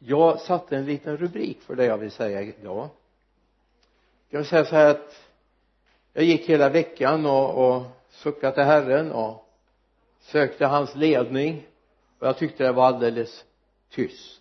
Jag satte en liten rubrik för det jag vill säga idag. Jag vill säga så här att jag gick hela veckan och suckade till Herren och sökte hans ledning, och jag tyckte det var alldeles tyst.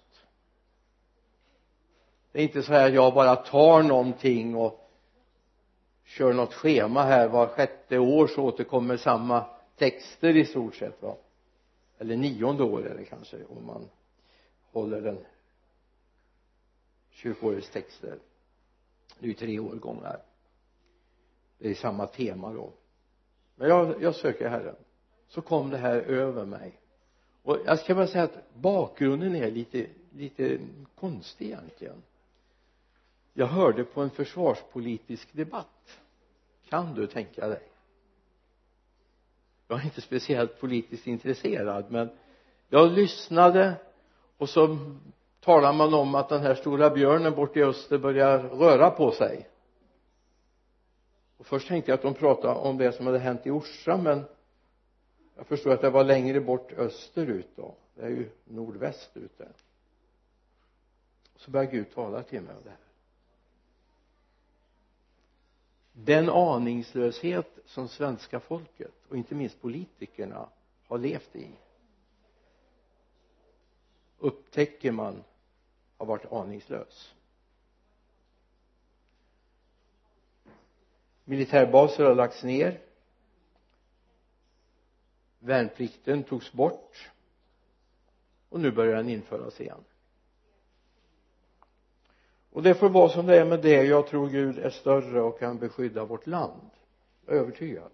Det är inte så här att jag bara tar någonting och kör något schema här. Var sjätte år så återkommer samma texter i stort sett, va? Eller 9:e år är det kanske, om man håller den kyrkoårets texter. Det är ju 3 årgångar. Det är samma tema då. Men jag söker Herren. Så kom det här över mig. Och jag ska bara säga att bakgrunden är lite konstig egentligen. Jag hörde på en försvarspolitisk debatt. Kan du tänka dig? Jag är inte speciellt politiskt intresserad, men jag lyssnade, och så talar man om att den här stora björnen bort i öster börjar röra på sig. Och först tänkte jag att de pratade om det som hade hänt i Orsa, men jag förstår att det var längre bort österut då. Det är ju nordväst ute. Så började Gud tala till mig om det här. Den aningslöshet som svenska folket och inte minst politikerna har levt i, upptäcker man har varit aningslös. Militärbaser har lagts ner. Värnplikten togs bort. Och nu börjar den införas igen. Och det får vara som det är med det. Jag tror Gud är större och kan beskydda vårt land. Övertygad.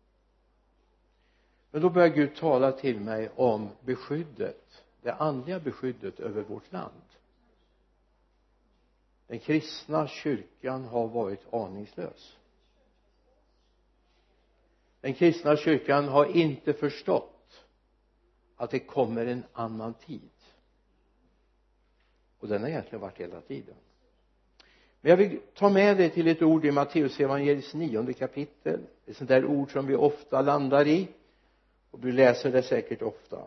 Men då börjar Gud tala till mig om beskyddet. Det andliga beskyddet över vårt land. Den kristna kyrkan har varit aningslös. Den kristna kyrkan har inte förstått att det kommer en annan tid. Och den har egentligen varit hela tiden. Men jag vill ta med dig till ett ord i Matteus evangeliets 9:e kapitel. Ett sånt där ord som vi ofta landar i. Och du läser det säkert ofta.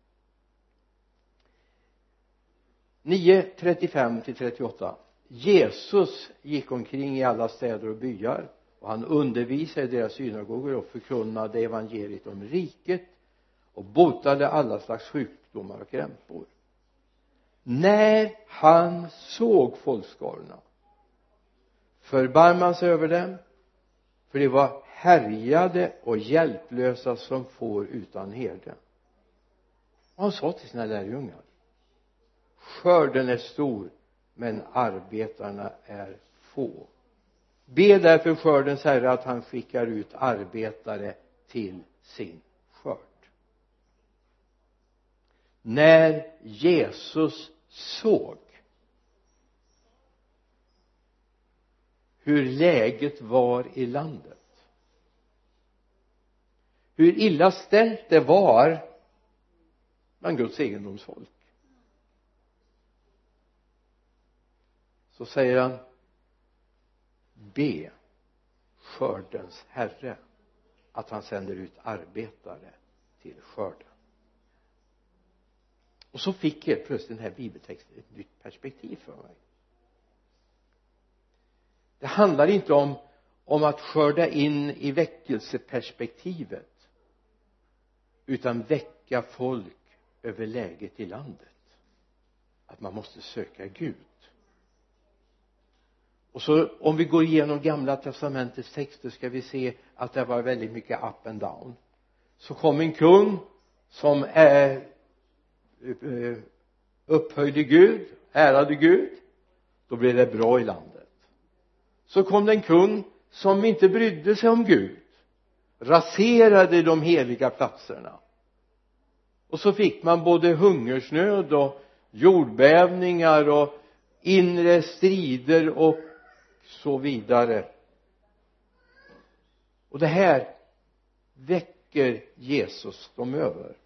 9:35-38. Jesus gick omkring i alla städer och byar, och han undervisade i deras synagogor och förkunnade evangeliet om riket och botade alla slags sjukdomar och krämpor. När han såg folkskarorna förbarmade han sig över dem, för de var härjade och hjälplösa som får utan herde. Och han sa till sina lärjungar: skörden är stor, men arbetarna är få. Be därför skördens Herre att han skickar ut arbetare till sin skörd. När Jesus såg hur läget var i landet, hur illa ställt det var bland Guds egendomsfolk, så säger han: be skördens Herre att han sänder ut arbetare till skörden. Och så fick helt plötsligt den här bibeltexten ett nytt perspektiv för mig. Det handlar inte om att skörda in i väckelseperspektivet, utan väcka folk över läget i landet. Att man måste söka Gud. Och så om vi går igenom gamla testamentets texter ska vi se att det var väldigt mycket up and down. Så kom en kung som upphöjde Gud, ärade Gud. Då blev det bra i landet. Så kom det en kung som inte brydde sig om Gud, raserade de heliga platserna. Och så fick man både hungersnöd och jordbävningar och inre strider och så vidare. Och det här väcker Jesus dem över.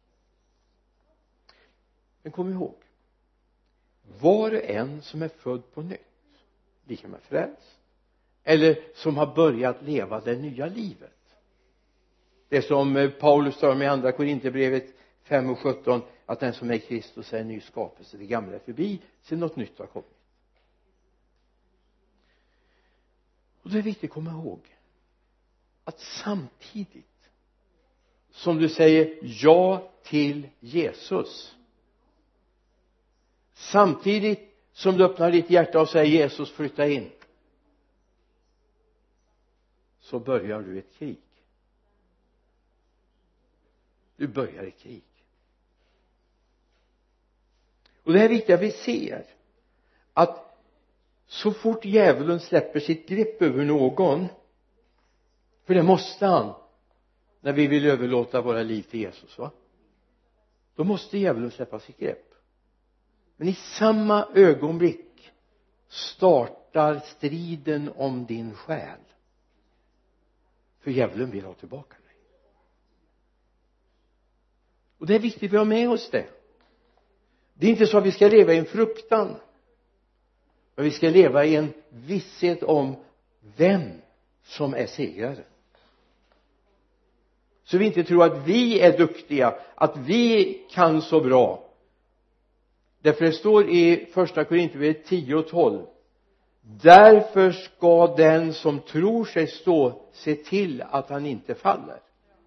Men kom ihåg, var och en som är född på nytt, lika med frälst, eller som har börjat leva det nya livet. Det som Paulus sa med andra Korinthierbrevet 5:17, att den som är Kristus är en ny skapelse, det gamla är förbi, så något nytt har kommit. Och det är viktigt att komma ihåg att samtidigt som du säger ja till Jesus, samtidigt som du öppnar ditt hjärta och säger Jesus flytta in, så börjar du ett krig. Du börjar ett krig. Och det här är viktigt att vi ser att så fort djävulen släpper sitt grepp över någon, för det måste han när vi vill överlåta våra liv till Jesus, va? Då måste djävulen släppa sitt grepp. Men i samma ögonblick startar striden om din själ. För djävulen vill ha tillbaka dig. Och det är viktigt att vi har med oss det. Det är inte så att vi ska leva i en fruktan, men vi ska leva i en visshet om vem som är segrare. Så vi inte tror att vi är duktiga, att vi kan så bra. Därför det står i första Korinthierbrevet 10:12: därför ska den som tror sig stå se till att han inte faller.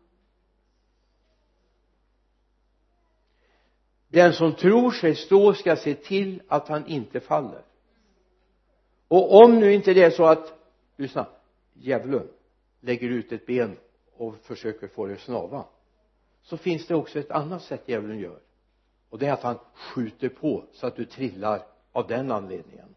Den som tror sig stå ska se till att han inte faller. Och om nu inte det är så att, lyssna, djävulen lägger ut ett ben och försöker få det att snava, så finns det också ett annat sätt djävulen gör. Och det är att han skjuter på så att du trillar av den anledningen.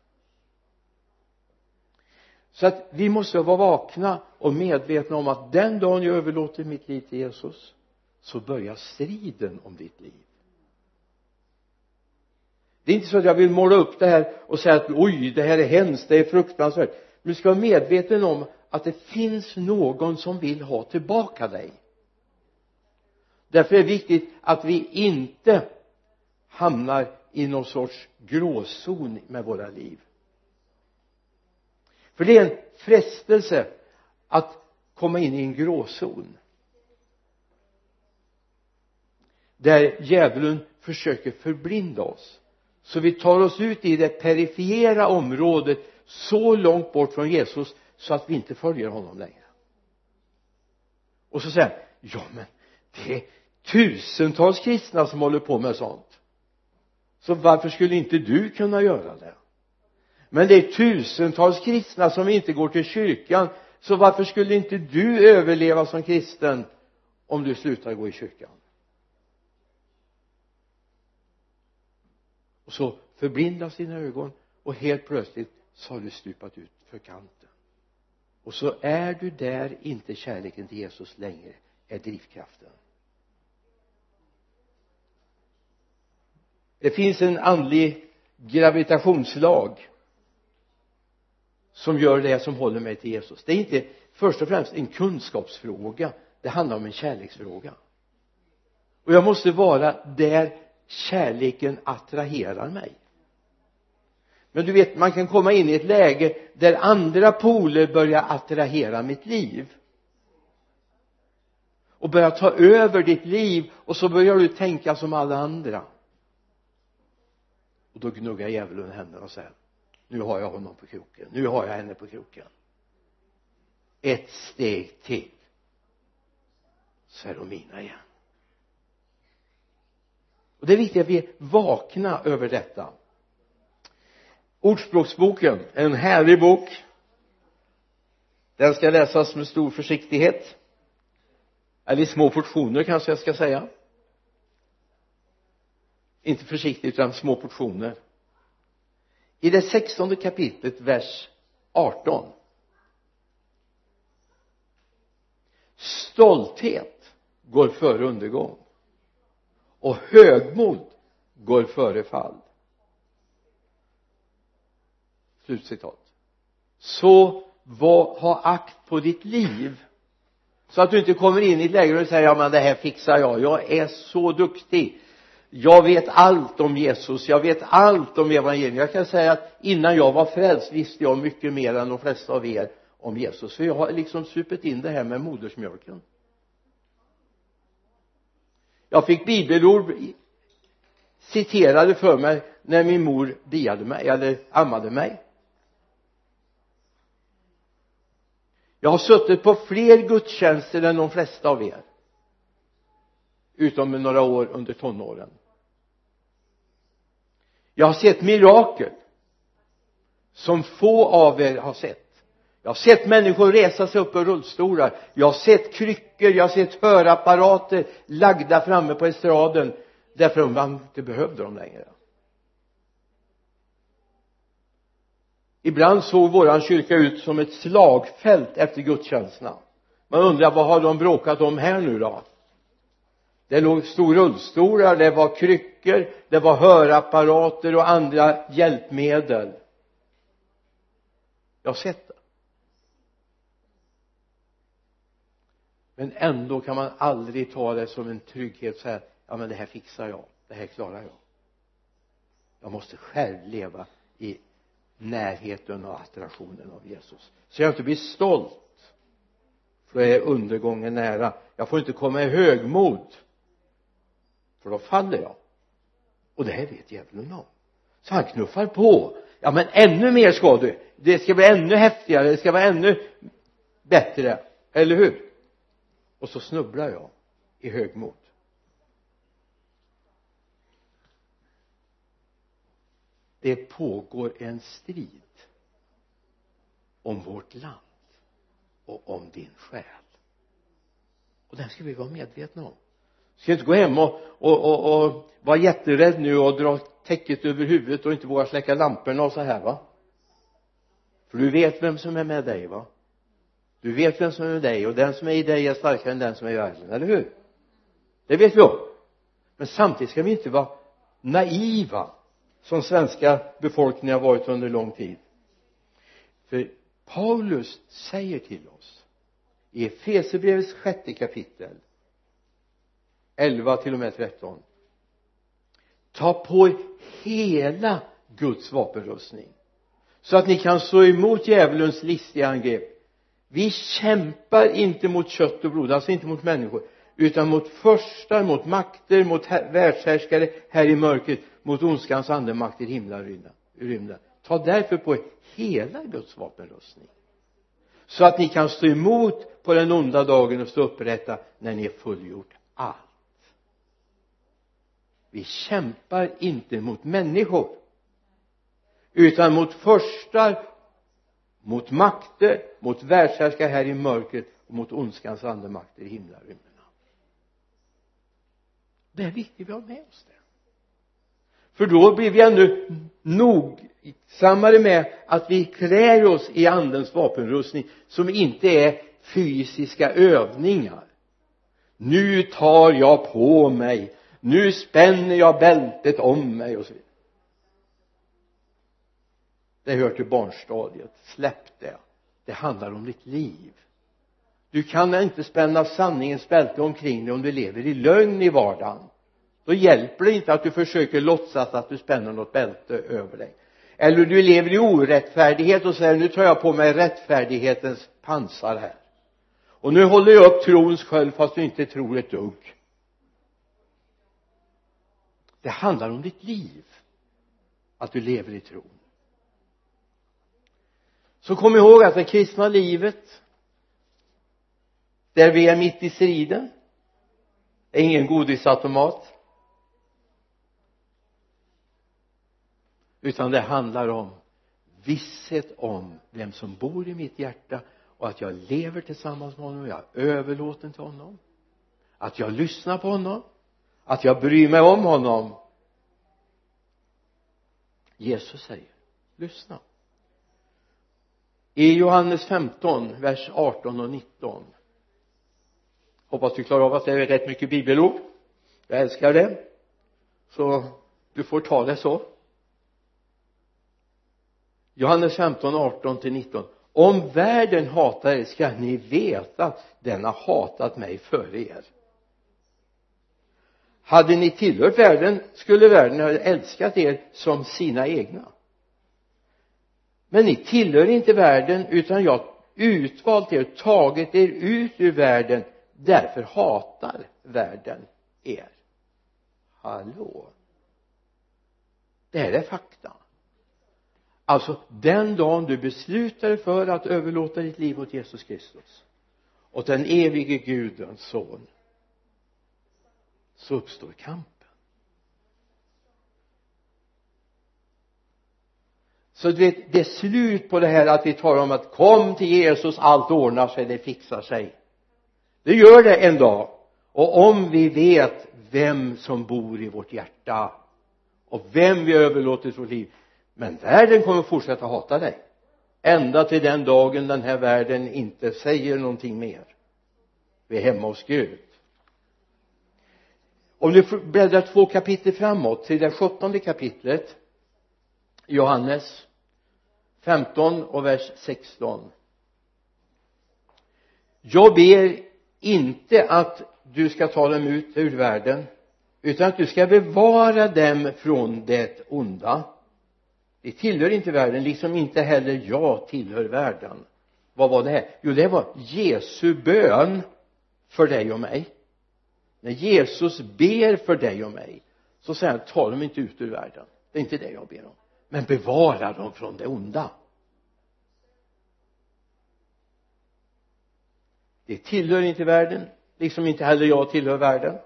Så att vi måste vara vakna och medvetna om att den dagen jag överlåter mitt liv till Jesus, så börjar striden om ditt liv. Det är inte så att jag vill måla upp det här och säga att oj, det här är hemskt, det är fruktansvärt. Men du ska vara medveten om att det finns någon som vill ha tillbaka dig. Därför är det viktigt att vi inte hamnar i någon sorts gråzon med våra liv. För det är en frestelse att komma in i en gråzon där djävulen försöker förblinda oss, så vi tar oss ut i det perifera området så långt bort från Jesus så att vi inte följer honom längre. Och så säger han, ja men det är tusentals kristna som håller på med sånt, så varför skulle inte du kunna göra det? Men det är tusentals kristna som inte går till kyrkan, så varför skulle inte du överleva som kristen om du slutar gå i kyrkan? Och så förblindas dina ögon och helt plötsligt så har du stupat ut för kanten. Och så är du där inte kärleken till Jesus längre är drivkraften. Det finns en andlig gravitationslag som gör det som håller mig till Jesus. Det är inte först och främst en kunskapsfråga, det handlar om en kärleksfråga. Och jag måste vara där kärleken attraherar mig. Men du vet, man kan komma in i ett läge där andra poler börjar attrahera mitt liv och börjar ta över ditt liv, och så börjar du tänka som alla andra, och då gnuggar djävulen händerna och säger, nu har jag honom på kroken, nu har jag henne på kroken, ett steg till så är de mina igen. Och det är viktigt att vi är vakna över detta. Ordspråksboken, en härlig bok, den ska läsas med stor försiktighet, eller i små portioner kanske jag ska säga, inte försiktigt utan små portioner. I det 16:e kapitlet, vers 18: stolthet går före undergång och högmod går före fall. Slutcitat. Så ha akt på ditt liv, så att du inte kommer in i ett läge och säger, ja men det här fixar jag är så duktig, jag vet allt om Jesus, jag vet allt om evangeliet. Jag kan säga att innan jag var frälst visste jag mycket mer än de flesta av er om Jesus, för jag har liksom supit in det här med modersmjölken. Jag fick bibelord citerade för mig när min mor diade mig eller ammade mig. Jag har suttit på fler gudstjänster än de flesta av er, utom med några år under tonåren. Jag har sett mirakel som få av er har sett. Jag har sett människor resa sig upp ur rullstolar. Jag har sett kryckor, jag har sett hörapparater lagda framme på estraden därför att man inte behövde dem längre. Ibland såg våran kyrka ut som ett slagfält efter gudstjänsterna. Man undrar, vad har de bråkat om här nu då? Det låg stora rullstolar, det var kryckor, det var hörapparater och andra hjälpmedel. Jag har sett det. Men ändå kan man aldrig ta det som en trygghet, så här, ja men det här fixar jag, det här klarar jag. Jag måste själv leva i närheten och attraktionen av Jesus, så jag inte blir stolt, för då är undergången nära. Jag får inte komma i högmod, för då faller jag, och det här vet djävulen om. Så han knuffar på, ja men ännu mer ska du, det ska bli ännu häftigare, det ska vara ännu bättre, eller hur? Och så snubblar jag i högmod. Det pågår en strid om vårt land och om din själ, och den ska vi vara medvetna om. Ska inte gå hem och vara jätterädd nu och dra täcket över huvudet och inte våga släcka lamporna och så här, va? För du vet vem som är med dig, va? Du vet vem som är med dig, och den som är i dig är starkare än den som är i världen, eller hur? Det vet vi om. Men samtidigt ska vi inte vara naiva som svenska befolkningen har varit under lång tid. För Paulus säger till oss i Efesierbrevets 6:e kapitel 11 till och med 13: ta på hela Guds vapenrustning, så att ni kan stå emot djävulens listiga angrepp. Vi kämpar inte mot kött och blod, alltså inte mot människor, utan mot förstar, mot makter, mot världshärskare här i mörkret, mot ondskans andemakt i rymden. Ta därför på hela Guds vapenrustning, så att ni kan stå emot på den onda dagen och stå upprätta när ni är fullgjort allt. Vi kämpar inte mot människor, utan mot förstar, mot makter, mot världshärskare här i mörkret och mot ondskans andemakter i himlarymderna. Det är viktigt att vi har med oss det. För då blir vi ännu nogsammare med att vi klär oss i andens vapenrustning, som inte är fysiska övningar. Nu tar jag på mig, nu spänner jag bältet om mig och så vidare. Det hör till barnstadiet. Släpp det. Det handlar om ditt liv. Du kan inte spänna sanningens bälte omkring dig om du lever i lögn i vardagen. Då hjälper det inte att du försöker låtsas att du spänner något bälte över dig. Eller du lever i orättfärdighet och säger, nu tar jag på mig rättfärdighetens pansar här. Och nu håller jag upp trons sköld fast du inte tror ett dugg. Det handlar om ditt liv. Att du lever i tron. Så kom ihåg att det kristna livet, där vi är mitt i striden, är ingen godisautomat, utan det handlar om visshet om vem som bor i mitt hjärta, och att jag lever tillsammans med honom, jag är överlåten till honom, att jag lyssnar på honom, att jag bryr mig om honom. Jesus säger, lyssna. I Johannes 15, vers 18 och 19. Hoppas du klarar av att det är rätt mycket bibelord. Jag älskar det. Så du får ta det så. Johannes 15, 18 till 19. Om världen hatar er ska ni veta att den har hatat mig före er. Hade ni tillhört världen skulle världen ha älskat er som sina egna. Men ni tillhör inte världen, utan jag utvalt er, tagit er ut ur världen. Därför hatar världen er. Hallå. Det här är fakta. Alltså den dagen du beslutar dig för att överlåta ditt liv åt Jesus Kristus, åt den evige Gudens son, så uppstår kampen. Så du vet, det är slut på det här att vi talar om att kom till Jesus, allt ordnar sig, det fixar sig. Det gör det en dag. Och om vi vet vem som bor i vårt hjärta och vem vi överlåtit vårt liv. Men världen kommer fortsätta hata dig ända till den dagen den här världen inte säger någonting mer. Vi är hemma hos Gud. Om du bläddrar 2 kapitel framåt till det 17:e kapitlet, Johannes 15 och vers 16. Jag ber inte att du ska ta dem ut ur världen, utan att du ska bevara dem från det onda. Det tillhör inte världen, liksom inte heller jag tillhör världen. Vad var det här? Jo, det var Jesu bön för dig och mig. När Jesus ber för dig och mig, så säger han, ta dem inte ut ur världen. Det är inte det jag ber om. Men bevara dem från det onda. Det tillhör inte världen, liksom inte heller jag tillhör världen.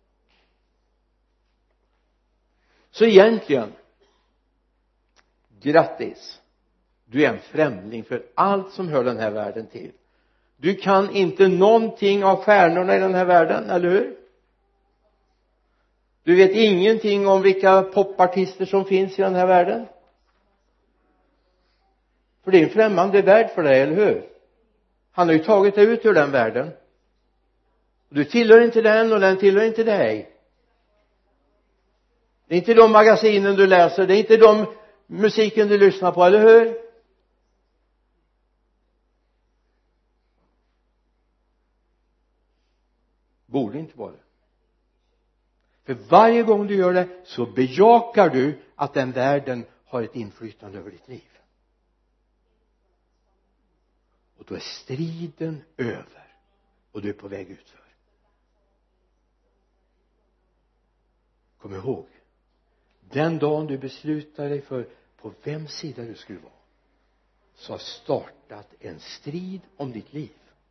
Så egentligen, grattis, du är en främling för allt som hör den här världen till. Du kan inte någonting av stjärnorna i den här världen, eller hur? Du vet ingenting om vilka popartister som finns i den här världen. För det är en främmande värld för dig, eller hur? Han har ju tagit dig ut ur den världen. Du tillhör inte den och den tillhör inte dig. Det är inte de magasinen du läser, det är inte de musiken du lyssnar på, eller hur? Borde inte vara det. För varje gång du gör det så bejakar du att den världen har ett inflytande över ditt liv. Och då är striden över och du är på väg utför. Kom ihåg, den dagen du beslutar dig för på vems sida du skulle vara, så har startat en strid om ditt liv.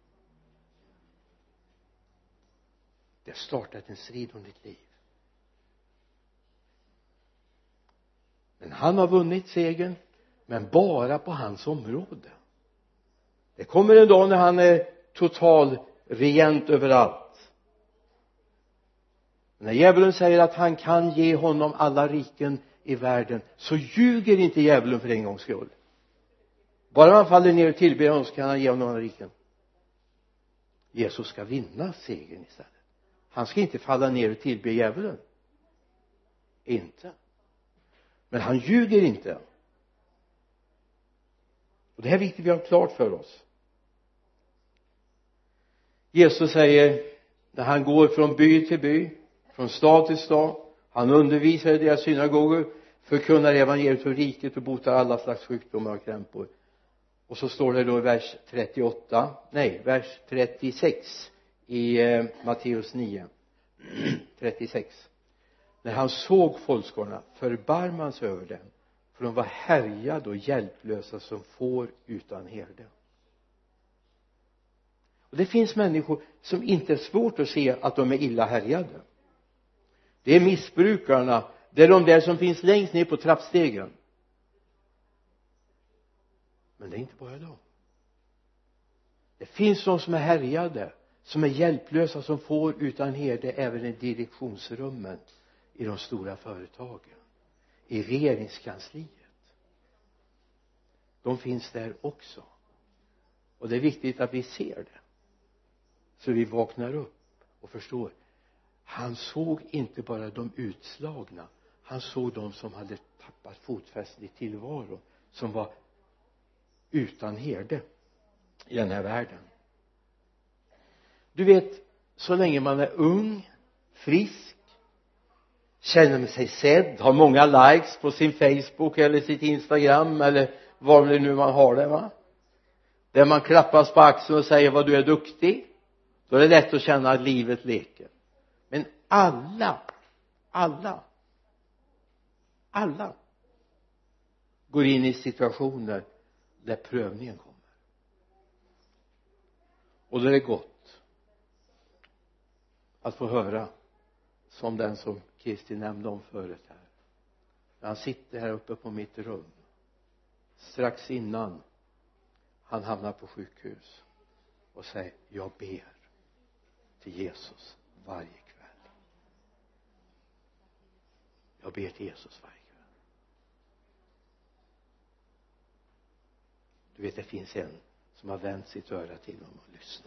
Det har startat en strid om ditt liv. Men han har vunnit segern, men bara på hans område. Det kommer en dag när han är total regent överallt. När djävulen säger att han kan ge honom alla riken i världen, så ljuger inte djävulen för en gångs skull. Bara man faller ner och tillber honom, så kan han ge honom alla riken. Jesus ska vinna segern istället. Han ska inte falla ner och tillbe djävulen. Inte. Men han ljuger inte. Och det här är viktigt vi har klart för oss. Jesus säger, när han går från by till by, från stad till stad, han undervisar i deras synagogor, förkunnar evangeliet för riket och botar alla slags sjukdomar och krämpor. Och så står det då i vers 36 i Matteus 9 36. När han såg folkskorna förbarmade han sig över dem, för de var härjade och hjälplösa som får utan herde. Och det finns människor som inte är svårt att se att de är illa härjade. Det är missbrukarna, det är de där som finns längst ner på trappstegen. Men det är inte bara de. Det finns de som är härjade, som är hjälplösa, som får utan herde även i direktionsrummen i de stora företagen, i regeringskansliet. De finns där också. Och det är viktigt att vi ser det, så vi vaknar upp och förstår. Han såg inte bara de utslagna, han såg de som hade tappat fotfästet i tillvaron, som var utan herde i den här världen. Du vet, så länge man är ung, frisk, känner sig sedd, har många likes på sin Facebook eller sitt Instagram eller var det nu man har det, va? Där man klappas på axeln och säger vad du är duktig, då är det lätt att känna att livet leker. Men alla går in i situationer där prövningen kommer. Och då är det gott att få höra, som den som Kristi nämnde om förut här, när han sitter här uppe på mitt rum strax innan han hamnar på sjukhus och säger: jag ber till Jesus varje kväll. Jag ber till Jesus varje kväll. Du vet, det finns en som har vänt sitt öra till honom och lyssnar.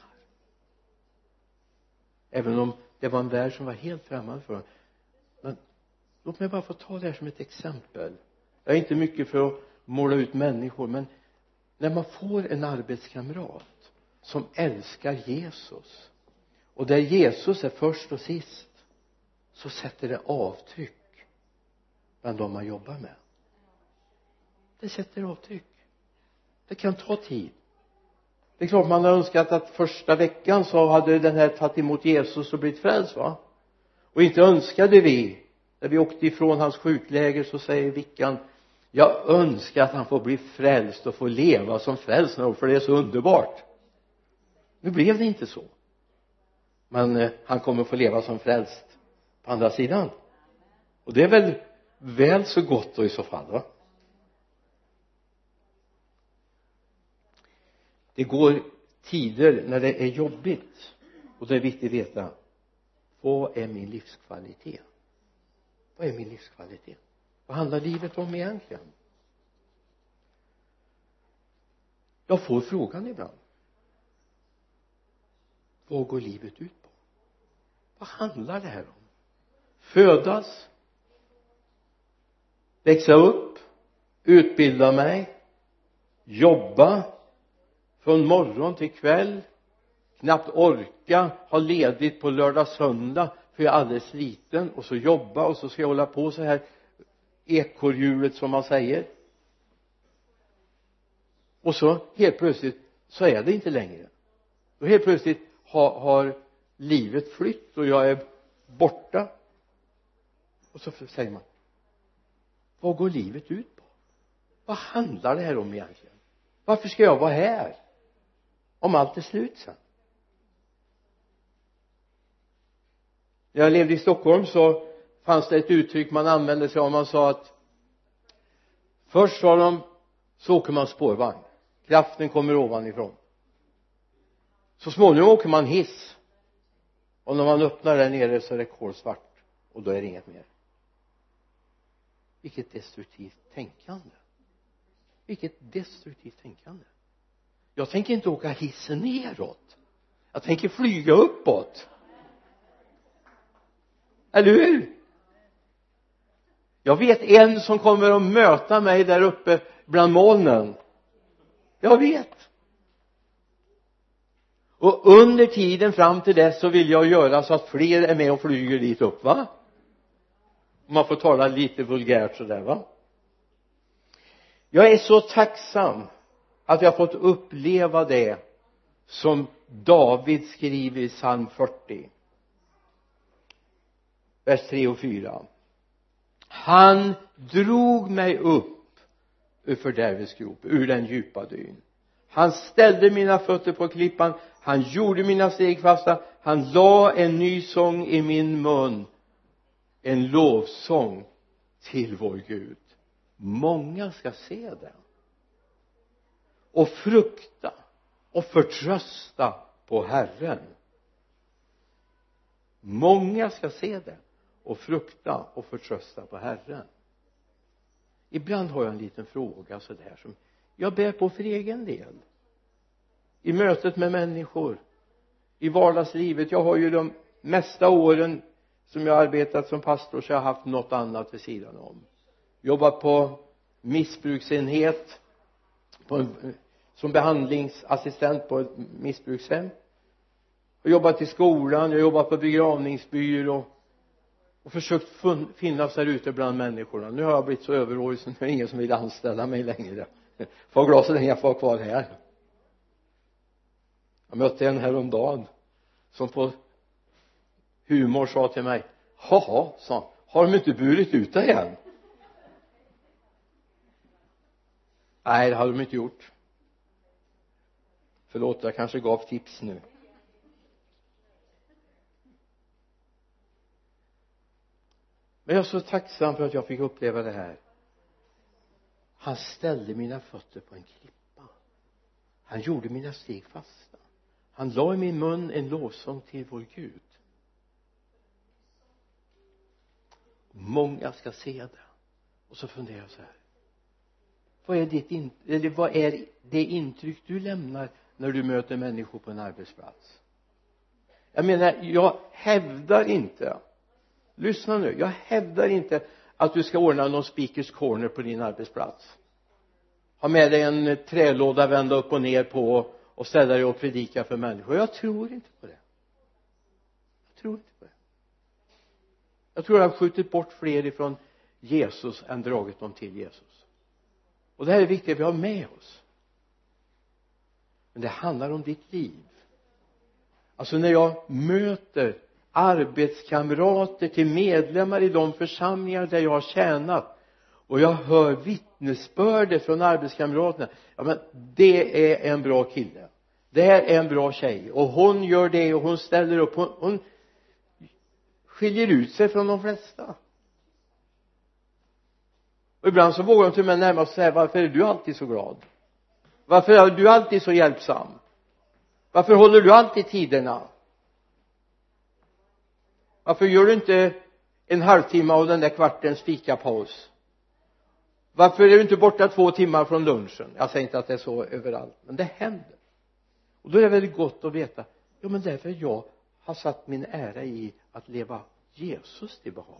Även om det var en värld som var helt främmande för honom. Men låt mig bara få ta det här som ett exempel. Jag är inte mycket för att måla ut människor, men när man får en arbetskamrat som älskar Jesus och där Jesus är först och sist, så sätter det avtryck bland de man jobbar med. Det sätter avtryck. Det kan ta tid. Det är klart man har önskat att första veckan så hade den här tagit emot Jesus och blivit frälst, va? Och inte önskade vi, när vi åkte ifrån hans sjukläger, så säger Vickan: jag önskar att han får bli frälst och få leva som frälst, för det är så underbart. Nu blev det inte så. Men han kommer få leva som frälst på andra sidan. Och det är väl så gott då i så fall, va? Det går tider när det är jobbigt, och det är viktigt att veta: vad är min livskvalitet? Vad är min livskvalitet? Vad handlar livet om egentligen? Jag får frågan ibland: vad går livet ut på? Vad handlar det här om? Födas, växa upp, utbilda mig, jobba från morgon till kväll, knappt orka ha ledigt på lördag söndag för jag är alldeles sliten, och så jobba, och så ska jag hålla på så här ekorrhjulet som man säger. Och så helt plötsligt så är det inte längre. Då helt plötsligt har livet flytt och jag är borta. Och så säger man: vad går livet ut på? Vad handlar det här om egentligen? Varför ska jag vara här om allt är slut sen? När jag levde i Stockholm så fanns det ett uttryck man använde sig av. Man sa att först sa de, så åker man spårvagn, kraften kommer ovanifrån. Så småningom åker man hiss, och när man öppnar där nere så är det kolsvart, och då är det inget mer. Vilket destruktivt tänkande. Vilket destruktivt tänkande. Jag tänker inte åka hissen neråt, jag tänker flyga uppåt. Eller hur? Jag vet en som kommer att möta mig där uppe bland molnen. Jag vet. Och under tiden fram till dess så vill jag göra så att fler är med och flyger dit upp, va? Man får tala lite vulgärt sådär, va? Jag är så tacksam att jag fått uppleva det som David skriver i psalm 40. Vers 3 och 4. Han drog mig upp ur fördärvets grop, ur den djupa dyn. Han ställde mina fötter på klippan. Han gjorde mina steg fasta. Han la en ny sång i min mun. En lovsång till vår Gud. Många ska se den och frukta och förtrösta på Herren. Många ska se det och frukta och förtrösta på Herren. Ibland har jag en liten fråga så där som jag bär på för egen del. I mötet med människor, i vardagslivet. Jag har ju de mesta åren som jag har arbetat som pastor, så jag har haft något annat vid sidan om. Jobbat på missbruksenhet, som behandlingsassistent på ett missbrukshem. Jag har jobbat i skolan, jag har jobbat på begravningsbyrå och försökt finnas där ute bland människorna. Nu har jag blivit så överårig så det är ingen som vill anställa mig längre. Får glad så länge jag får kvar här. Jag mötte en häromdagen som på humor sa till mig: haha, sa, har de inte burit ut dig än? Nej, det hade de inte gjort. Förlåt, jag kanske gav tips nu. Men jag är så tacksam för att jag fick uppleva det här. Han ställde mina fötter på en klippa. Han gjorde mina steg fasta. Han la i min mun en lovsång till vår Gud. Många ska se det. Och så funderar jag så här. Vad är det intryck du lämnar när du möter människor på en arbetsplats? Jag menar, jag hävdar inte, lyssna nu, jag hävdar inte att du ska ordna någon speakers corner på din arbetsplats. Ha med dig en trälåda, vända upp och ner på och ställa dig och predika för människor. Jag tror inte på det. Jag tror jag har skjutit bort fler ifrån Jesus än dragit dem till Jesus. Och det här är viktigt att vi har med oss. Men det handlar om ditt liv. Alltså när jag möter arbetskamrater till medlemmar i de församlingar där jag har tjänat och jag hör vittnesbörder från arbetskamraterna, ja men det är en bra kille, det här är en bra tjej och hon gör det och hon ställer upp, hon skiljer ut sig från de flesta. Och ibland så vågar de till mig närmast säga: varför är du alltid så glad? Varför är du alltid så hjälpsam? Varför håller du alltid tiderna? Varför gör du inte en halvtimme av den där kvartens fikapaus? Varför är du inte borta 2 timmar från lunchen? Jag säger inte att det är så överallt, men det händer. Och då är det väldigt gott att veta, ja men därför jag har satt min ära i att leva Jesus till behag.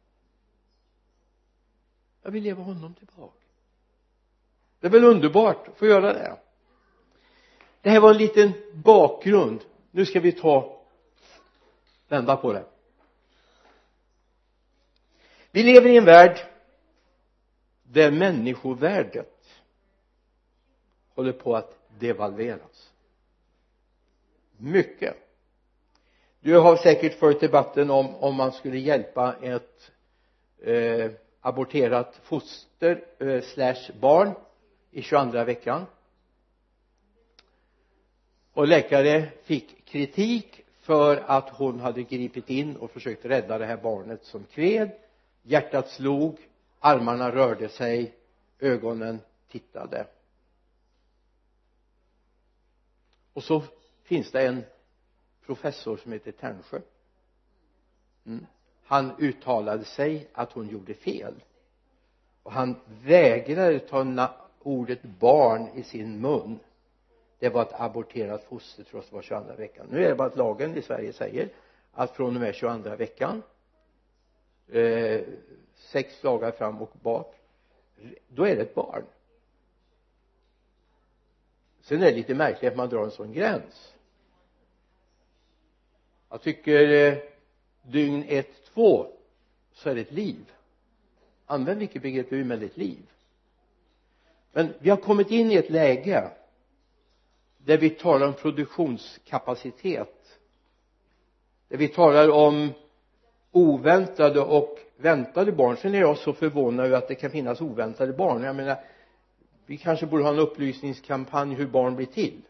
Jag vill leva honom till behag. Det är väl underbart att få göra det. Det här var en liten bakgrund. Nu ska vi vända på det. Vi lever i en värld där människovärdet håller på att devalveras. Mycket. Du har säkert följt debatten om man skulle hjälpa ett aborterat foster / barn i 22:a veckan. Och läkare fick kritik för att hon hade gripit in och försökt rädda det här barnet som kved. Hjärtat slog, armarna rörde sig, ögonen tittade. Och så finns det en professor som heter Ternsjö. Han uttalade sig att hon gjorde fel. Och han vägrade ta ordet barn i sin mun. Det var ett aborterat foster trots det var 22:a veckan. Nu är det bara att lagen i Sverige säger att från och med 22:a veckan 6 dagar fram och bak, då är det ett barn. Sen är det lite märkligt att man drar en sån gräns. Jag tycker dygn 1-2 så är det ett liv. Använd vilket begrepp du vill med ett liv. Men vi har kommit in i ett läge där vi talar om produktionskapacitet, där vi talar om oväntade och väntade barn. Sen är jag så förvånad över att det kan finnas oväntade barn. Jag menar, vi kanske borde ha en upplysningskampanj hur barn blir till.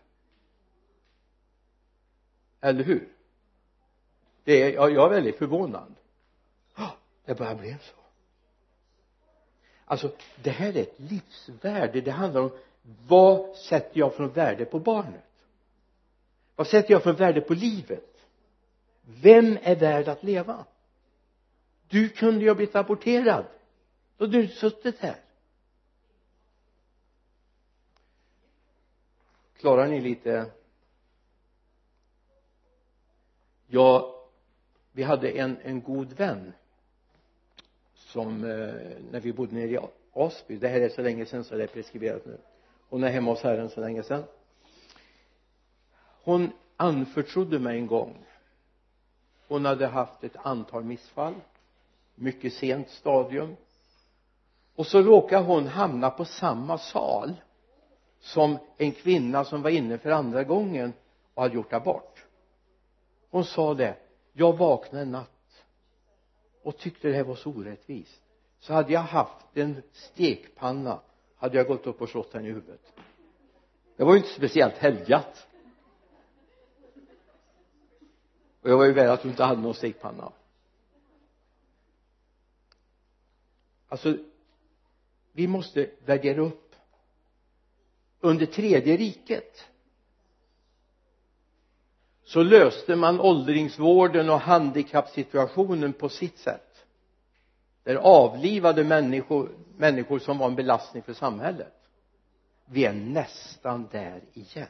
Eller hur? Jag är väldigt förvånad. Det bara blev så. Alltså, det här är ett livsvärde. Det handlar om, vad sätter jag för värde på barnet? Vad sätter jag för värde på livet? Vem är värd att leva? Du kunde ju ha blivit aborterad. Då hade du suttit här. Klarar ni lite? Vi hade en god vän som när vi bodde nere i Asby, det här är så länge sedan så det är preskriberat nu, hon är hemma hos Herren så länge sedan. Hon anförtrodde mig en gång. Hon hade haft ett antal missfall, mycket sent stadium, och så råkade hon hamna på samma sal som en kvinna som var inne för andra gången och hade gjort abort. Hon sa det: jag vaknade en natt och tyckte det här var så orättvist. Så hade jag haft en stekpanna, hade jag gått upp och slått henne i huvudet. Det var ju inte speciellt helgat. Och jag var ju väl att hon inte hade någon stekpanna. Alltså, vi måste värdera upp. Under tredje riket så löste man åldringsvården och handikappsituationen på sitt sätt. Där avlivade människor som var en belastning för samhället. Vi är nästan där igen.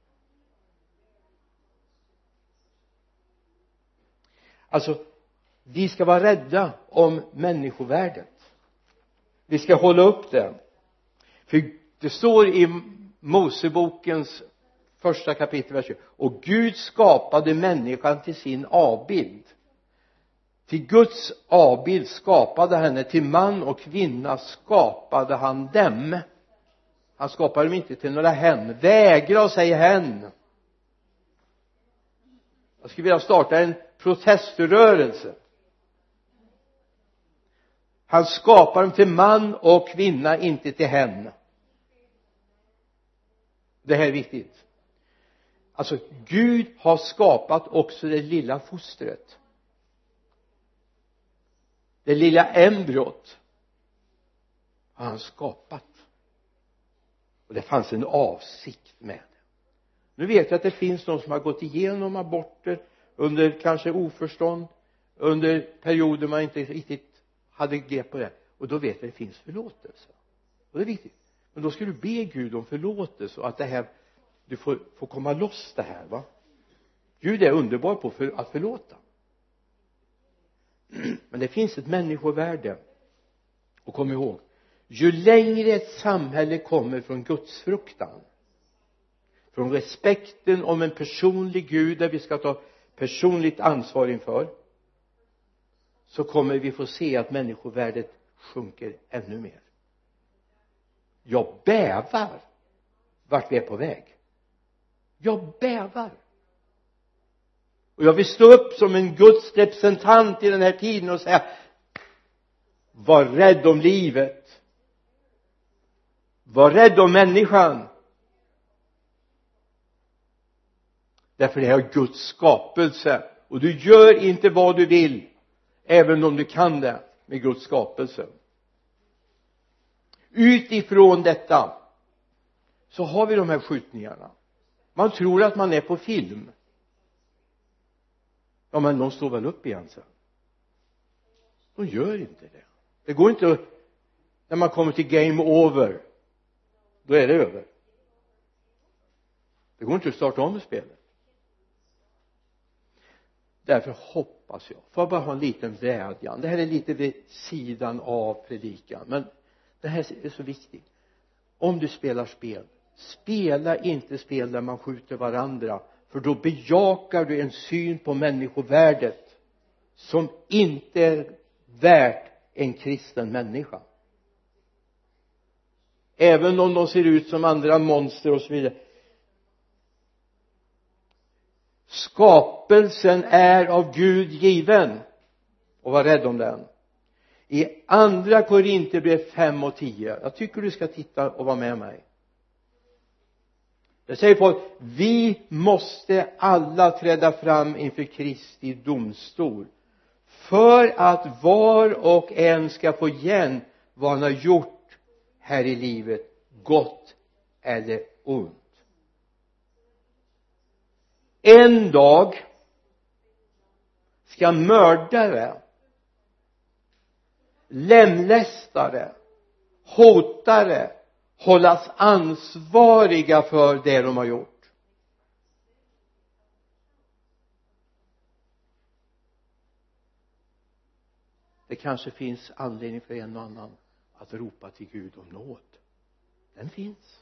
Alltså, vi ska vara rädda om människovärdet. Vi ska hålla upp det. För det står i Mosebokens första kapitel, vers 20. Och Gud skapade människan till sin avbild. Till Guds avbild skapade henne, till man och kvinna skapade han dem. Han skapade dem inte till några hen. Vägra och säga hen. Jag skulle vilja starta en proteströrelse. Han skapar dem till man och kvinna, inte till hen. Det här är viktigt. Alltså, Gud har skapat också det lilla fostret. Det lilla embryot har han skapat. Och det fanns en avsikt med det. Nu vet jag att det finns någon som har gått igenom aborter under kanske oförstånd, under perioder man inte riktigt hade grepp på det. Och då vet jag att det finns förlåtelse. Och det är viktigt. Men då ska du be Gud om förlåtelse och att det här, du får komma loss det här, va? Gud är underbar på att förlåta. Men det finns ett människovärde. Och kom ihåg, ju längre ett samhälle kommer från Guds fruktan, från respekten om en personlig Gud där vi ska ta personligt ansvar inför, så kommer vi få se att människovärdet sjunker ännu mer. Jag bävar vart vi är på väg. Jag bävar. Och jag vill stå upp som en Guds representant i den här tiden och säga: var rädd om livet. Var rädd om människan. Därför det är Guds skapelse. Och du gör inte vad du vill, även om du kan det med Guds skapelse. Utifrån detta så har vi de här skjutningarna. Man tror att man är på film. Ja, men de står väl upp igen sen. De gör inte det. Det går inte, när man kommer till game over, då är det över. Det går inte att starta om spelet. Därför hoppas jag, får jag bara ha en liten vädjan. Det här är lite vid sidan av predikan, men det här är så viktigt. Om du spelar spel, spela inte spel där man skjuter varandra, för då bejakar du en syn på människovärdet som inte är värt en kristen människa. Även om de ser ut som andra monster och så vidare. Skapelsen är av Gud given, och var rädd om den. I andra Korinthierbrevet 5 och 10, jag tycker du ska titta och vara med mig. Det säger folk: vi måste alla träda fram inför Kristi domstol, för att var och en ska få igen vad han har gjort här i livet, gott eller ont. En dag ska mördare, lemlästare, hotare hållas ansvariga för det de har gjort. Det kanske finns anledning för en och annan att ropa till Gud om nåd. Den finns.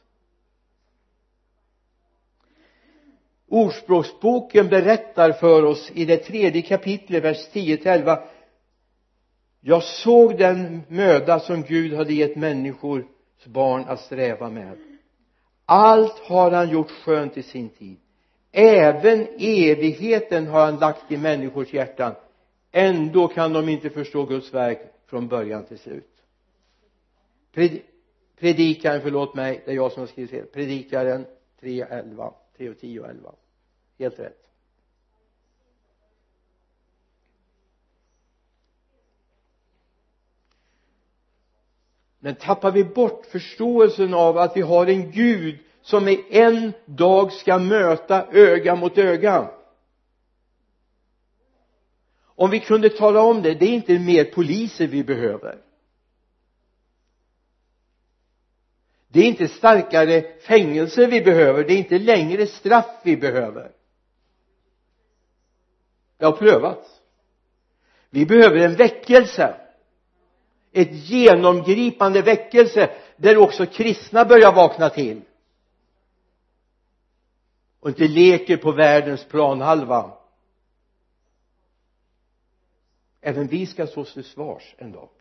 Ordspråksboken berättar för oss i det 3:e kapitlet, vers 10-11: jag såg den möda som Gud hade gett människors barn att sträva med. Allt har han gjort skönt i sin tid. Även evigheten har han lagt i människors hjärtan. Ändå kan de inte förstå Guds verk från början till slut. Predikaren, förlåt mig, det är jag som har skrivit det. Predikaren 3:11, 3:10 och 11. Helt rätt. Men tappar vi bort förståelsen av att vi har en Gud som i en dag ska möta öga mot öga. Om vi kunde tala om det, det är inte mer poliser vi behöver. Det är inte starkare fängelser vi behöver, det är inte längre straff vi behöver. Det har prövats. Vi behöver en väckelse. Ett genomgripande väckelse där också kristna börjar vakna till. Och inte leker på världens planhalva. Även vi ska stå till svars en dag.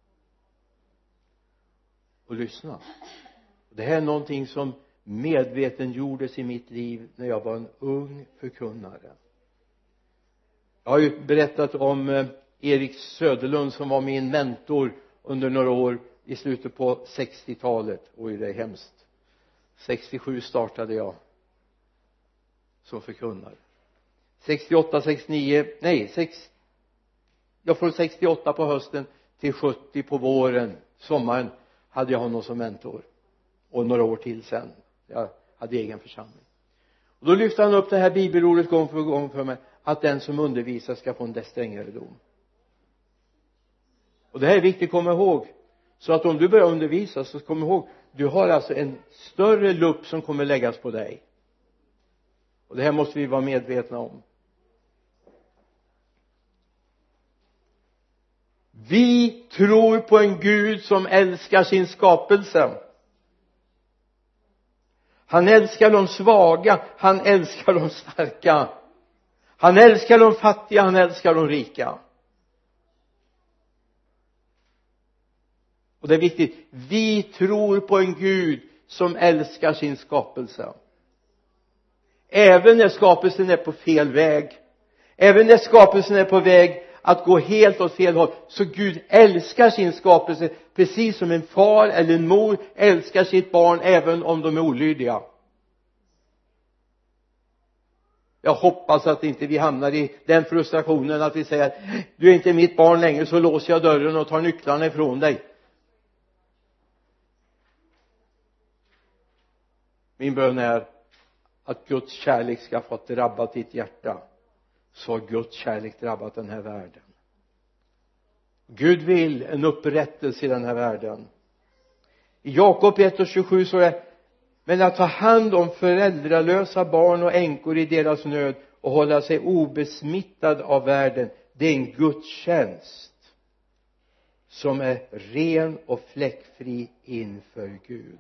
Och lyssna. Det här är någonting som medveten gjordes i mitt liv när jag var en ung förkunnare. Jag har ju berättat om Erik Söderlund som var min mentor under några år i slutet på 60-talet. Oj, det är hemskt. 67 startade jag som förkunnare. 68, 69, jag får 68 på hösten till 70 på våren. Sommaren hade jag honom som mentor. Och några år till sen. Jag hade egen församling. Och då lyfte han upp det här bibelordet gång för gång för mig. Att den som undervisar ska få en desto strängare dom. Och det här är viktigt att komma ihåg. Så att om du börjar undervisa så kom ihåg. Du har alltså en större lupp som kommer läggas på dig. Och det här måste vi vara medvetna om. Vi tror på en Gud som älskar sin skapelse. Han älskar de svaga. Han älskar de starka. Han älskar de fattiga. Han älskar de rika. Och det är viktigt. Vi tror på en Gud som älskar sin skapelse. Även när skapelsen är på fel väg. Även när skapelsen är på väg att gå helt åt fel håll. Så Gud älskar sin skapelse. Precis som en far eller en mor älskar sitt barn även om de är olydiga. Jag hoppas att inte vi hamnar i den frustrationen att vi säger du är inte mitt barn längre, så låser jag dörren och tar nycklarna ifrån dig. Min bön är att Guds kärlek ska få drabba ditt hjärta. Så har Guds kärlek drabbat den här världen. Gud vill en upprättelse i den här världen. I Jakob 1:27 så är det: men att ta hand om föräldralösa barn och änkor i deras nöd och hålla sig obesmittad av världen, det är en gudstjänst som är ren och fläckfri inför Gud.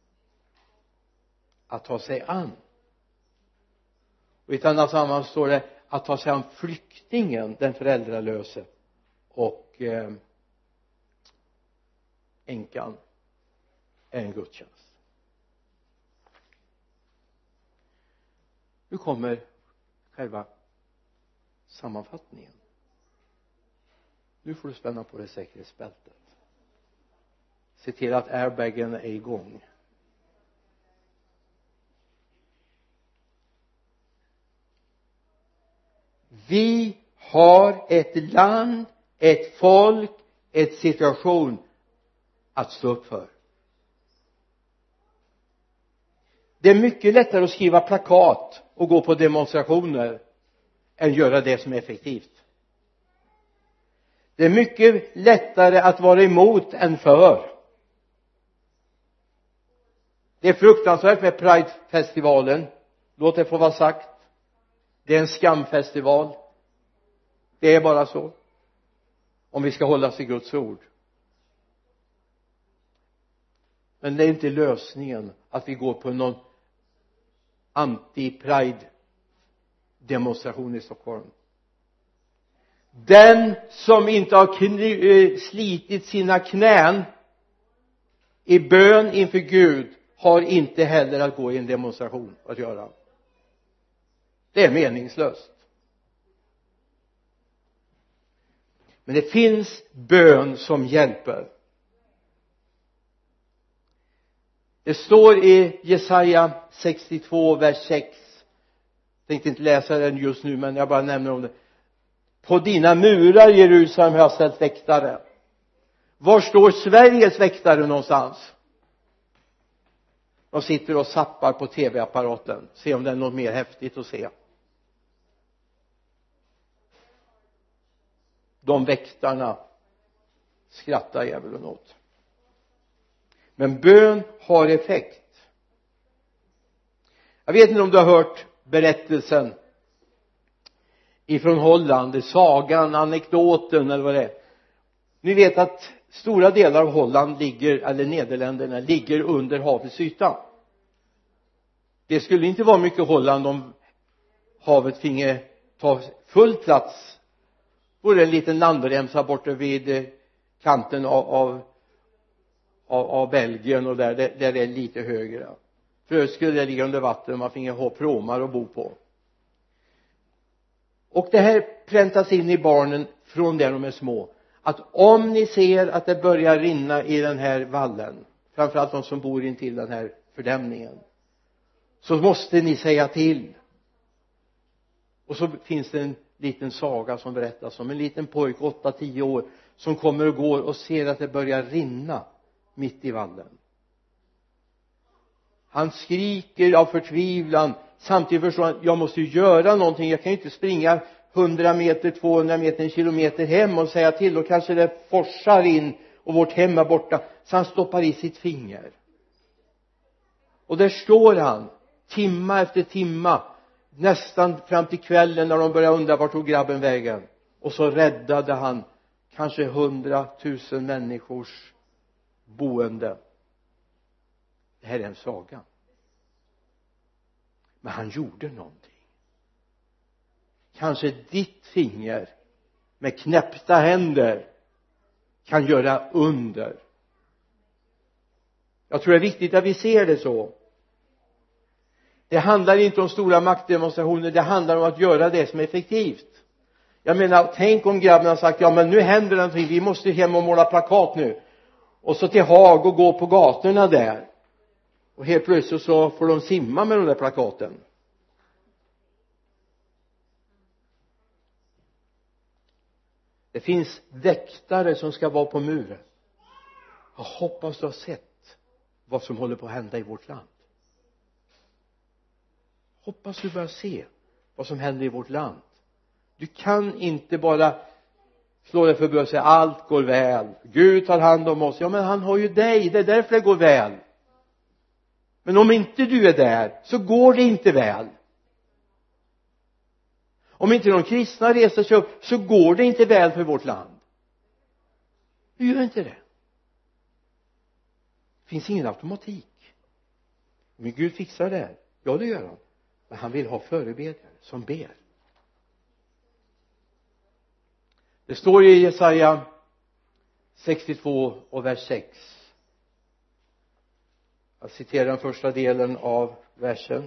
Att ta sig an. Och i ett annat sammanhang står det att ta sig an flyktingen, den föräldralöse, och änkan är en gudstjänst. Nu kommer själva sammanfattningen. Nu får du spänna på det säkerhetsbältet. Se till att airbagen är igång. Vi har ett land, ett folk, ett situation att stå upp för. Det är mycket lättare att skriva plakat och gå på demonstrationer än göra det som är effektivt. Det är mycket lättare att vara emot än för. Det är fruktansvärt med Pride-festivalen. Låt det få vara sagt. Det är en skamfestival. Det är bara så. Om vi ska hålla oss till Guds ord. Men det är inte lösningen att vi går på någon anti-pride-demonstration i Stockholm. Den som inte har slitit sina knän i bön inför Gud har inte heller att gå i en demonstration att göra. Det är meningslöst. Men det finns bön som hjälper. Det står i Jesaja 62 vers 6. Jag tänkte inte läsa den just nu, men jag bara nämner om det. På dina murar, Jerusalem, har jag ställt väktare. Var står Sveriges väktare någonstans? De sitter och zappar på tv-apparaten. Se om det är något mer häftigt att se. De väktarna skrattar djävulen åt. Men bön har effekt. Jag vet inte om du har hört berättelsen ifrån Holland, sagan, anekdoten eller vad det är. Ni vet att stora delar av Holland ligger, eller Nederländerna ligger under havets yta. Det skulle inte vara mycket Holland om havet finge ta full plats. Vore en liten landremsa borta vid kanten av Belgien och där det är lite högre. För skulle det ligga under vatten och man finge ha pråmar att bo på. Och det här präntas in i barnen från där de är små. Att om ni ser att det börjar rinna i den här vallen, framförallt de som bor intill den här fördämningen, så måste ni säga till. Och så finns det en liten saga som berättas om en liten pojk, 8-10 år, som kommer och går och ser att det börjar rinna mitt i vallen. Han skriker av förtvivlan. Samtidigt förstår han, jag måste ju göra någonting. Jag kan ju inte springa 100 meter, 200 meter, en kilometer hem och säga till. Och kanske det forsar in och vårt hem är borta. Så han stoppar i sitt finger. Och där står han, timma efter timma. Nästan fram till kvällen när de börjar undra vart tog grabben vägen. Och så räddade han kanske 100 000 människors boende. Det här är en saga. Men han gjorde någonting. Kanske ditt finger med knäppta händer kan göra under. Jag tror det är viktigt att vi ser det så. Det handlar inte om stora maktdemonstrationer. Det handlar om att göra det som är effektivt. Jag menar, tänk om grabben har sagt, ja men nu händer någonting. Vi måste hem och måla plakat nu. Och så till Haag och gå på gatorna där. Och helt plötsligt så får de simma med de där plakaten. Det finns väktare som ska vara på muren. Jag hoppas du har sett vad som håller på att hända i vårt land. Hoppas du börjar se vad som händer i vårt land. Du kan inte bara slå dig för bröstet och säga allt går väl. Gud tar hand om oss. Ja, men han har ju dig. Det är därför det går väl. Men om inte du är där så går det inte väl. Om inte de kristna reser sig upp så går det inte väl för vårt land. Det gör inte det. Det finns ingen automatik. Men Gud fixar det här. Ja, det gör han. Men han vill ha förebedjare som ber. Det står i Jesaja 62 och vers 6. Jag citerar den första delen av versen.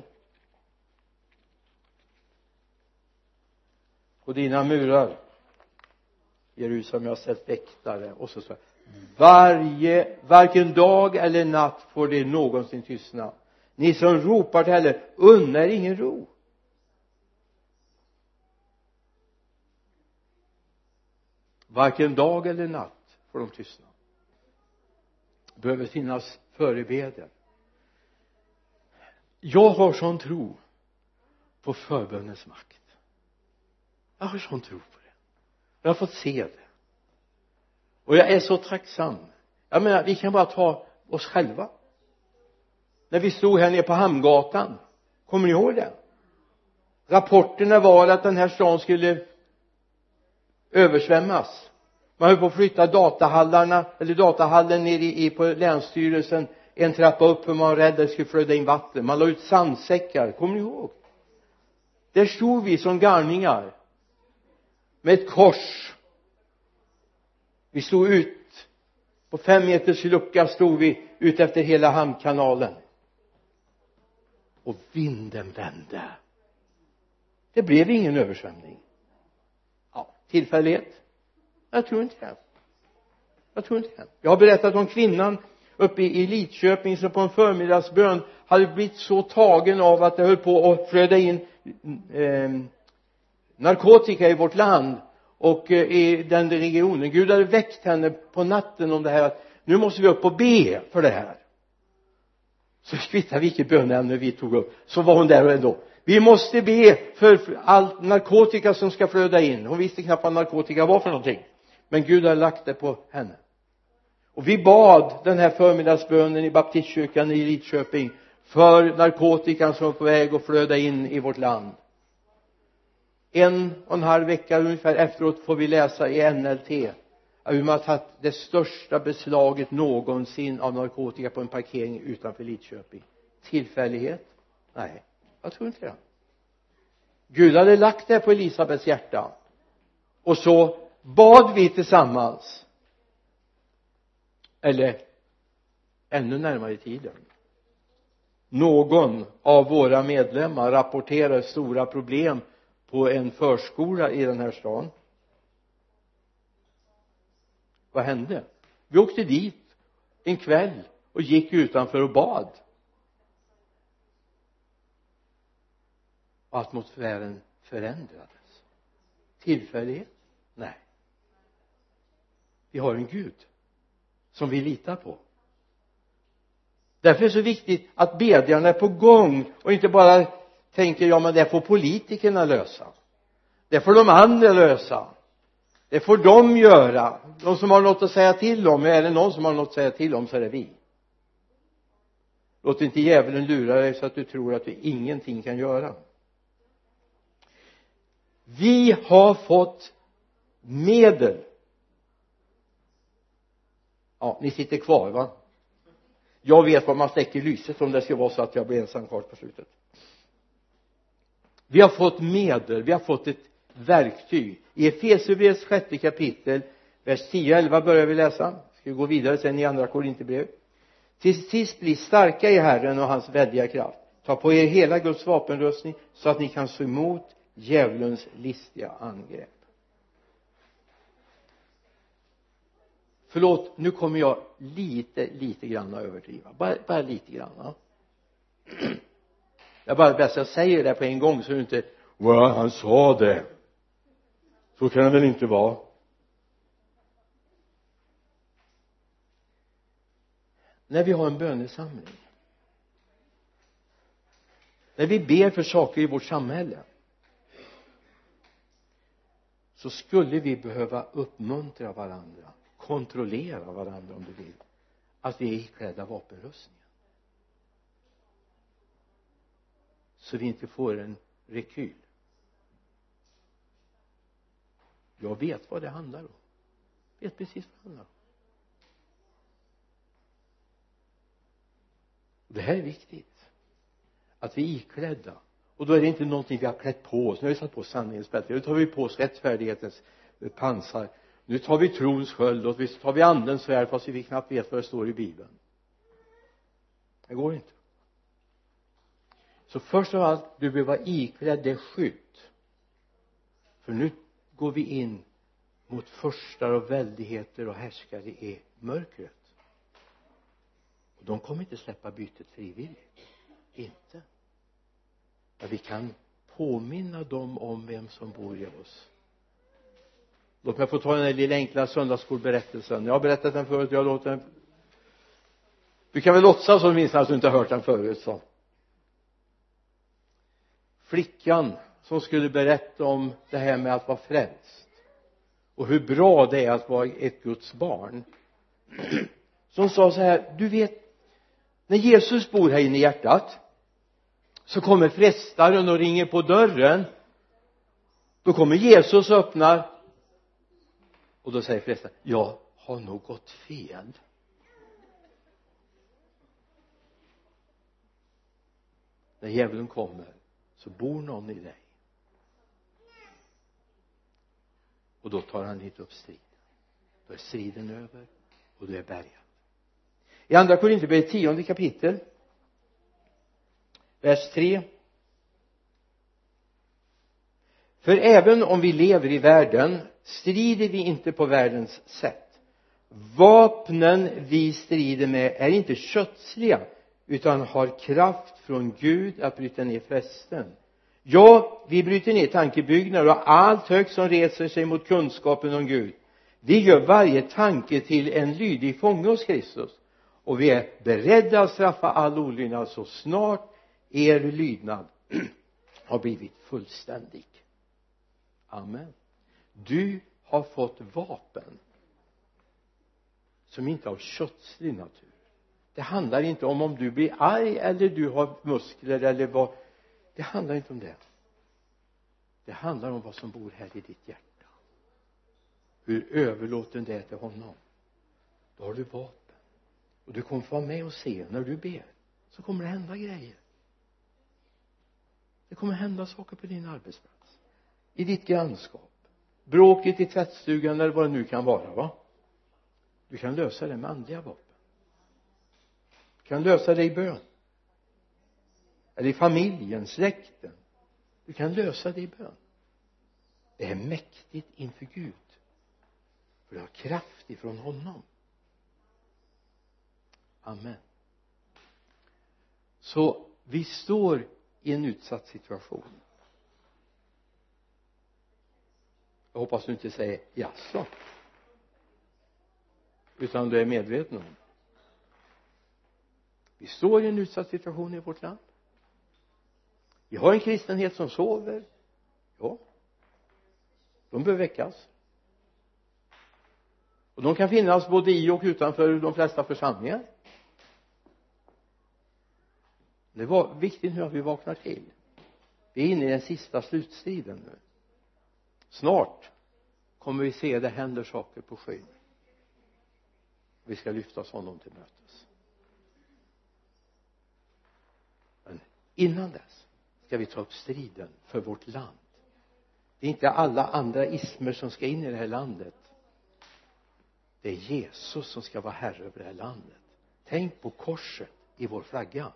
På dina murar, Jerusalem, jag har sett väktare. Och så varken dag eller natt får det någonsin tystna. Ni som ropar till Herren, unnar ingen ro. Varken dag eller natt får de tystna. Det behöver finnas förebedjare. Jag har sån tro på förbönens makt. Jag har sån tro på det. Jag har fått se det. Och jag är så tacksam. Jag menar, vi kan bara ta oss själva. När vi stod här nere på Hamngatan. Kommer ni ihåg det? Rapporterna var att den här stan skulle översvämmas. Man höll på att flytta datahallen ner på länsstyrelsen en trappa upp för man var rädd att det skulle flöda in vatten. Man la ut sandsäckar. Kommer ni ihåg? Där stod vi som garningar med ett kors. Vi stod ut på 5 meters lucka, stod vi ut efter hela hamnkanalen. Och vinden vände. Det blev ingen översvämning. Ja, tillfällighet. Jag tror inte det. Jag har berättat om kvinnan uppe i Lidköping som på en förmiddagsbön hade blivit så tagen av att det höll på att flöda in narkotika i vårt land och i den regionen. Gud hade väckt henne på natten om det här, att nu måste vi upp och be för det här. Så kvittar vilket bönämne vi tog upp, så var hon där och ändå. Vi måste be för all narkotika som ska flöda in. Hon visste knappt vad narkotika var för någonting, men Gud hade lagt det på henne. Och vi bad den här förmiddagsbönen i baptistkyrkan i Lidköping för narkotikan som var på väg att flöda in i vårt land. 1,5 vecka ungefär efteråt får vi läsa i NLT att vi har tagit det största beslaget någonsin av narkotika på en parkering utanför Lidköping. Tillfällighet? Nej, jag tror inte det. Gud hade lagt det på Elisabets hjärta. Och så bad vi tillsammans. Eller ännu närmare i tiden. Någon av våra medlemmar rapporterar stora problem på en förskola i den här stan. Vad hände? Vi åkte dit en kväll och gick utanför och bad. Och atmosfären förändrades. Tillfällighet? Nej. Vi har en Gud som vi litar på. Därför är det så viktigt att bedjarna är på gång och inte bara tänker, ja men det får politikerna lösa. Det får de andra lösa. Det får de göra. De som har något att säga till om, är det någon som har något att säga till om, så är det vi. Låt inte djävulen lura dig så att du tror att vi ingenting kan göra. Vi har fått medel. Ja, ni sitter kvar va? Jag vet vad man släcker lyset om det ska vara så att jag blir ensam kvar på slutet. Vi har fått medel, vi har fått ett verktyg. I Efesierbrevets 6 kapitel, vers 10-11 börjar vi läsa. Ska vi gå vidare sen i andra Korinthierbrev. Till sist bli starka i Herren och hans väldiga kraft. Ta på er hela Guds vapenrustning så att ni kan stå emot djävulens listiga angrepp. Förlåt, nu kommer jag lite grann att överdriva. Bara lite grann. Ja. Jag bara bäst jag säger det på en gång så du inte, vad han sa det. Så kan det väl inte vara. När vi har en bönesamling, när vi ber för saker i vårt samhälle, så skulle vi behöva uppmuntra varandra, kontrollera varandra om du vill, att vi är iklädda vapenrustningen, så vi inte får en rekyl. Jag vet vad det handlar om. Jag vet precis vad det handlar om. Det här är viktigt, att vi är iklädda. Och då är det inte någonting vi har klätt på oss. Nu har vi satt på sanningens bälte. Nu tar vi på oss rättfärdighetens pansar. Nu tar vi trons sköld och så tar vi andens svärd fast vi knappt vet vad det står i Bibeln. Det går inte. Så först av allt, du behöver vara iklädd det skydd. För nu går vi in mot förstar och väldigheter och härskare i mörkret. Och de kommer inte släppa bytet frivilligt. Inte. Men vi kan påminna dem om vem som bor i oss. Låt mig få ta den här lilla enkla söndagsskolberättelsen. Jag har berättat den förut. Jag låter den. Du kan väl låtsas som minst att du inte har hört den förut. Så. Flickan som skulle berätta om det här med att vara frälst. Och hur bra det är att vara ett Guds barn. Som sa så här, du vet, när Jesus bor här inne i hjärtat, så kommer frestaren och ringer på dörren. Då kommer Jesus och öppnar. Och då säger frestaren, jag har nog gått fel. När djävulen kommer så bor någon i dig. Och då tar han hit upp striden. Då är striden över och du är bärgad. I andra Korinthierbrevet 10 kapitel, vers 3. För även om vi lever i världen strider vi inte på världens sätt. vapnen vi strider med är inte kötsliga utan har kraft från Gud att bryta ner fästen. Ja, vi bryter ner tankebyggnader och allt högt som reser sig mot kunskapen om Gud. Vi gör varje tanke till en lydig fånge hos Kristus. Och vi är beredda att straffa all olydnad så snart er lydnad har blivit fullständig. Amen. Du har fått vapen som inte har kötslig natur. Det handlar inte om du blir arg eller du har muskler eller vad. Det handlar inte om det. Det handlar om vad som bor här i ditt hjärta. Hur överlåten det är till honom. Då har du vapen. Och du kommer få vara med och se när du ber. Så kommer det hända grejer. Det kommer hända saker på din arbetsplats. I ditt grannskap. Bråket i tvättstugan eller vad det nu kan vara, va? Du kan lösa det med andliga vapen. Du kan lösa det i bön. Eller i familjen, släkten. Du kan lösa det i bön. Det är mäktigt inför Gud. För det har kraft ifrån honom. Amen. Så vi står i en utsatt situation. Jag hoppas du inte säger jaså. Utan du är medveten om. Vi står i en utsatt situation i vårt land. Vi har en kristenhet som sover. Ja. De behöver väckas. Och de kan finnas både i och utanför de flesta församlingar. Det var viktigt nu att vi vaknar till. Vi är inne i den sista slutstriden nu. Snart kommer vi se det händer saker på skyn. Vi ska lyfta oss honom till mötes. Men innan dess ska vi ta upp striden för vårt land. Det är inte alla andra ismer som ska in i det här landet. Det är Jesus som ska vara herre över det här landet. Tänk på korset i vår flagga.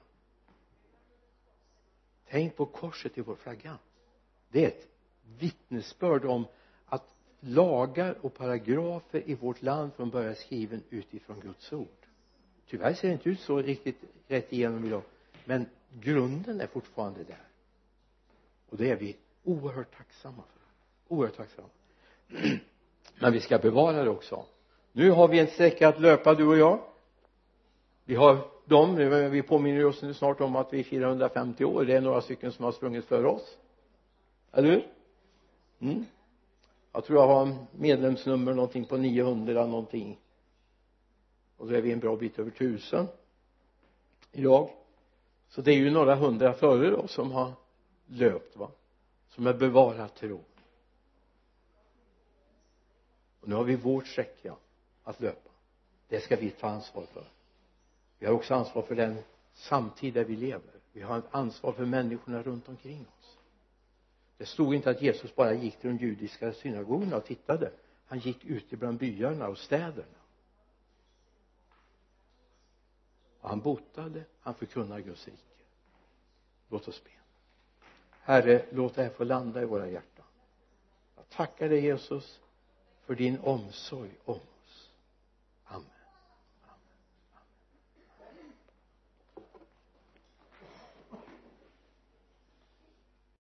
Tänk på korset i vår flagga. Det är ett vittnesbörd om att lagar och paragrafer i vårt land från början skriven utifrån Guds ord. Tyvärr ser det inte ut så riktigt rätt igenom idag. Men grunden är fortfarande där. Och det är vi oerhört tacksamma för. Oerhört tacksamma. Men vi ska bevara det också. Nu har vi en sträcka att löpa, du och jag. Vi har vi påminner oss nu snart om att vi firar 150 år. Det är några stycken som har sprungit för oss. Eller hur? Jag tror jag har medlemsnummer någonting på 900 någonting. Och då är vi en bra bit över 1000 idag. Så det är ju några hundra före då som har löpt, va? Som är bevarat tro. Och nu har vi vårt sträcka att löpa. Det ska vi ta ansvar för. Vi har också ansvar för den samtid där vi lever. Vi har ett ansvar för människorna runt omkring oss. Det stod inte att Jesus bara gick till de judiska synagogorna och tittade. Han gick ut bland byarna och städerna. Och han botade, han förkunnade Guds rike. Låt oss be. Herre, låt det här få landa i våra hjärtan. Jag tackar dig, Jesus, för din omsorg om oss. Amen.